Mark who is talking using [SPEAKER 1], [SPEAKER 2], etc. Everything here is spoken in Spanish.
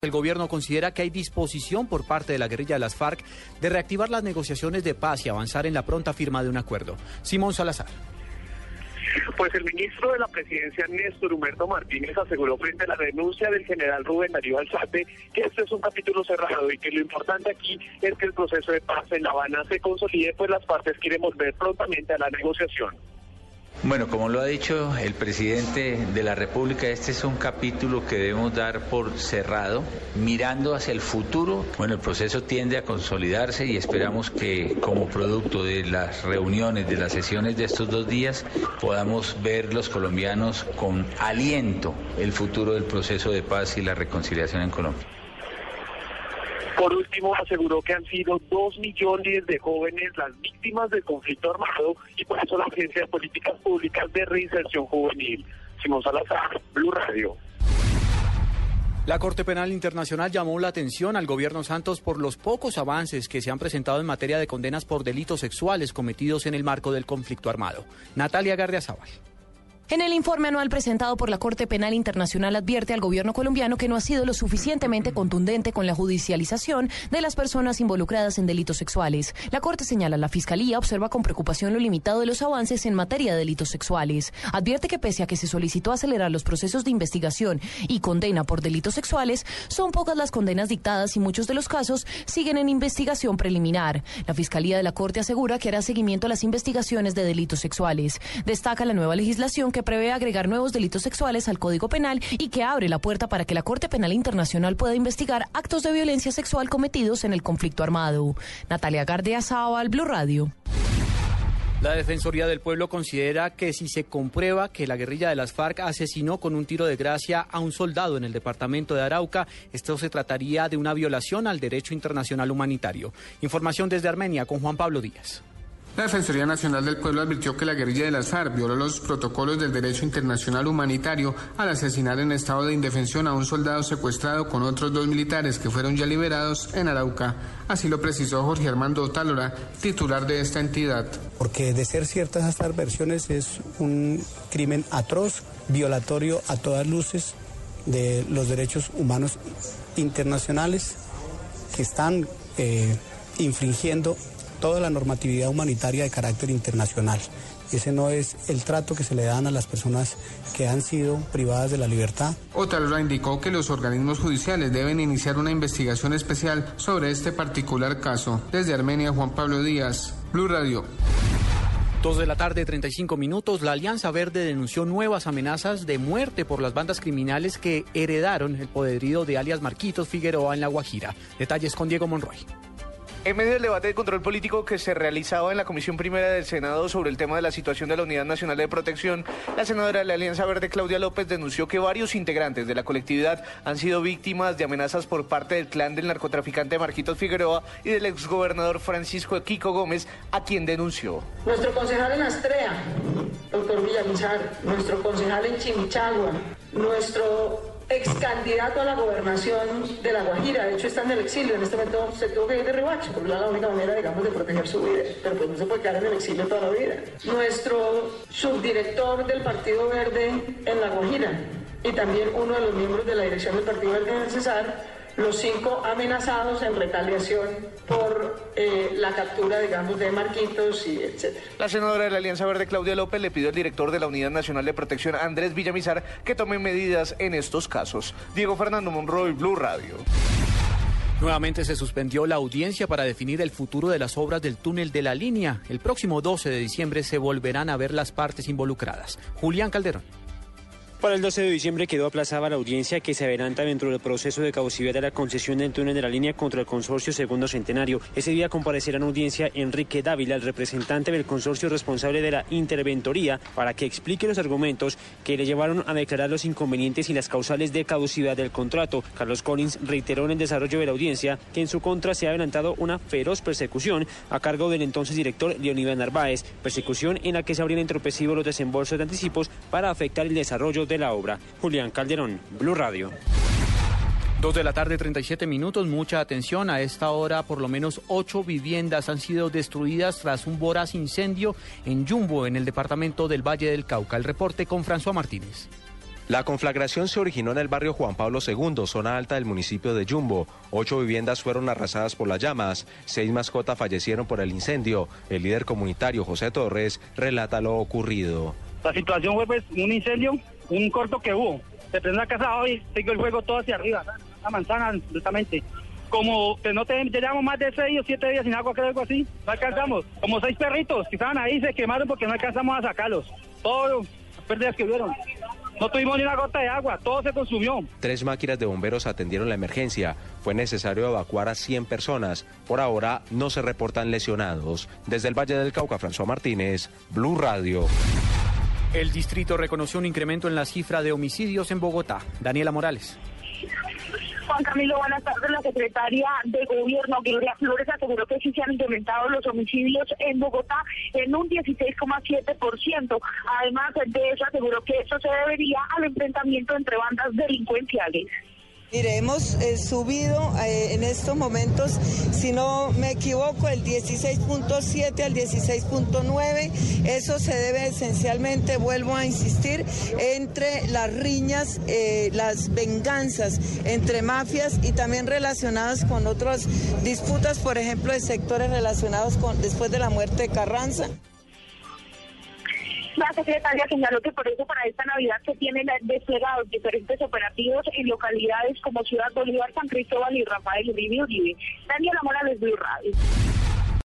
[SPEAKER 1] El gobierno considera que hay disposición por parte de la guerrilla de las FARC de reactivar las negociaciones de paz y avanzar en la pronta firma de un acuerdo. Simón Salazar.
[SPEAKER 2] Pues el ministro de la Presidencia, Néstor Humberto Martínez, aseguró frente a la denuncia del general Rubén Darío Alzate que este es un capítulo cerrado y que lo importante aquí es que el proceso de paz en La Habana se consolide, pues las partes quieren volver prontamente a la negociación.
[SPEAKER 3] Bueno, como lo ha dicho el presidente de la República, este es un capítulo que debemos dar por cerrado, mirando hacia el futuro. Bueno, el proceso tiende a consolidarse y esperamos que como producto de las reuniones, de las sesiones de estos 2 días, podamos ver los colombianos con aliento el futuro del proceso de paz y la reconciliación en Colombia.
[SPEAKER 2] Por último, aseguró que han sido 2 millones de jóvenes las víctimas del conflicto armado y por eso la Agencia de Políticas Públicas de Reinserción Juvenil. Simón Salazar, Blue Radio.
[SPEAKER 1] La Corte Penal Internacional llamó la atención al gobierno Santos por los pocos avances que se han presentado en materia de condenas por delitos sexuales cometidos en el marco del conflicto armado. Natalia Gardiazabal.
[SPEAKER 4] En el informe anual presentado por la Corte Penal Internacional advierte al gobierno colombiano que no ha sido lo suficientemente contundente con la judicialización de las personas involucradas en delitos sexuales. La Corte señala, la Fiscalía observa con preocupación lo limitado de los avances en materia de delitos sexuales. Advierte que pese a que se solicitó acelerar los procesos de investigación y condena por delitos sexuales, son pocas las condenas dictadas y muchos de los casos siguen en investigación preliminar. La Fiscalía de la Corte asegura que hará seguimiento a las investigaciones de delitos sexuales. Destaca la nueva legislación que prevé agregar nuevos delitos sexuales al Código Penal y que abre la puerta para que la Corte Penal Internacional pueda investigar actos de violencia sexual cometidos en el conflicto armado. Natalia Gardiazabal, Blue Radio.
[SPEAKER 1] La Defensoría del Pueblo considera que si se comprueba que la guerrilla de las FARC asesinó con un tiro de gracia a un soldado en el departamento de Arauca, esto se trataría de una violación al derecho internacional humanitario. Información desde Armenia con Juan Pablo Díaz.
[SPEAKER 5] La Defensoría Nacional del Pueblo advirtió que la guerrilla de las FARC violó los protocolos del derecho internacional humanitario al asesinar en estado de indefensión a un soldado secuestrado con otros 2 militares que fueron ya liberados en Arauca. Así lo precisó Jorge Armando Otálora, titular de esta entidad.
[SPEAKER 6] Porque de ser ciertas estas versiones es un crimen atroz, violatorio a todas luces de los derechos humanos internacionales que están infringiendo toda la normatividad humanitaria de carácter internacional. Ese no es el trato que se le dan a las personas que han sido privadas de la libertad.
[SPEAKER 5] Otálora indicó que los organismos judiciales deben iniciar una investigación especial sobre este particular caso. Desde Armenia, Juan Pablo Díaz, Blue Radio.
[SPEAKER 1] 2:35 p.m, la Alianza Verde denunció nuevas amenazas de muerte por las bandas criminales que heredaron el poderío de alias Marquitos Figueroa en La Guajira. Detalles con Diego Monroy.
[SPEAKER 7] En medio del debate de control político que se realizaba en la Comisión Primera del Senado sobre el tema de la situación de la Unidad Nacional de Protección, la senadora de la Alianza Verde, Claudia López, denunció que varios integrantes de la colectividad han sido víctimas de amenazas por parte del clan del narcotraficante Marquitos Figueroa y del exgobernador Francisco Quico Gómez, a quien denunció.
[SPEAKER 8] Nuestro concejal en Astrea, doctor Villamizar, nuestro concejal en Chimichagua, nuestro ex candidato a la gobernación de La Guajira, de hecho está en el exilio, en este momento se tuvo que ir de Ribacho, porque es la única manera, digamos, de proteger su vida, pero pues no se puede quedar en el exilio toda la vida. Nuestro subdirector del Partido Verde en La Guajira y también uno de los miembros de la dirección del Partido Verde en el Cesar, los 5 amenazados en retaliación por la captura, digamos, de Marquitos y etcétera.
[SPEAKER 7] La senadora de la Alianza Verde, Claudia López, le pidió al director de la Unidad Nacional de Protección, Andrés Villamizar, que tome medidas en estos casos. Diego Fernando Monroy, Blue Radio.
[SPEAKER 1] Nuevamente se suspendió la audiencia para definir el futuro de las obras del túnel de la línea. El próximo 12 de diciembre se volverán a ver las partes involucradas. Julián Calderón.
[SPEAKER 9] Para el 12 de diciembre quedó aplazada la audiencia que se adelanta dentro del proceso de caducidad de la concesión del túnel de la línea contra el consorcio Segundo Centenario. Ese día comparecerá en audiencia Enrique Dávila, el representante del consorcio responsable de la interventoría, para que explique los argumentos que le llevaron a declarar los inconvenientes y las causales de caducidad del contrato. Carlos Collins reiteró en el desarrollo de la audiencia que en su contra se ha adelantado una feroz persecución a cargo del entonces director Leonidas Narváez, persecución en la que se habrían entorpecido los desembolsos de anticipos para afectar el desarrollo de la obra. Julián Calderón, Blue Radio.
[SPEAKER 1] 2:37 p.m, mucha atención. A esta hora, por lo menos 8 viviendas han sido destruidas tras un voraz incendio en Yumbo, en el departamento del Valle del Cauca. El reporte con François Martínez.
[SPEAKER 10] La conflagración se originó en el barrio Juan Pablo II, zona alta del municipio de Yumbo. 8 viviendas fueron arrasadas por las llamas, 6 mascotas fallecieron por el incendio. El líder comunitario José Torres relata lo ocurrido.
[SPEAKER 11] La situación fue pues un incendio, un corto que hubo. Se prendió la casa hoy, siguió el fuego todo hacia arriba, la manzana completamente. Como que no llevamos más de 6 o 7 días sin agua, creo, algo así, no alcanzamos. Como 6 perritos que estaban ahí se quemaron porque no alcanzamos a sacarlos. Todas las pérdidas que hubieron. No tuvimos ni una gota de agua, todo se consumió.
[SPEAKER 10] 3 máquinas de bomberos atendieron la emergencia. Fue necesario evacuar a 100 personas. Por ahora no se reportan lesionados. Desde el Valle del Cauca, François Martínez, Blue Radio.
[SPEAKER 1] El distrito reconoció un incremento en la cifra de homicidios en Bogotá. Daniela Morales.
[SPEAKER 12] Juan Camilo, buenas tardes. La secretaria de Gobierno, Gloria Flores, aseguró que sí se han incrementado los homicidios en Bogotá en un 16,7%. Además de eso, aseguró que esto se debería al enfrentamiento entre bandas delincuenciales.
[SPEAKER 13] Mire, hemos subido en estos momentos, si no me equivoco, el 16.7 al 16.9. Eso se debe esencialmente, vuelvo a insistir, entre las riñas, las venganzas entre mafias y también relacionadas con otras disputas, por ejemplo, de sectores relacionados con después de la muerte de Carranza.
[SPEAKER 12] La secretaria señaló que por eso para esta Navidad se tienen desplegados diferentes operativos en localidades como Ciudad Bolívar, San Cristóbal y Rafael Uribe Uribe. Daniela Morales, Blue Radio.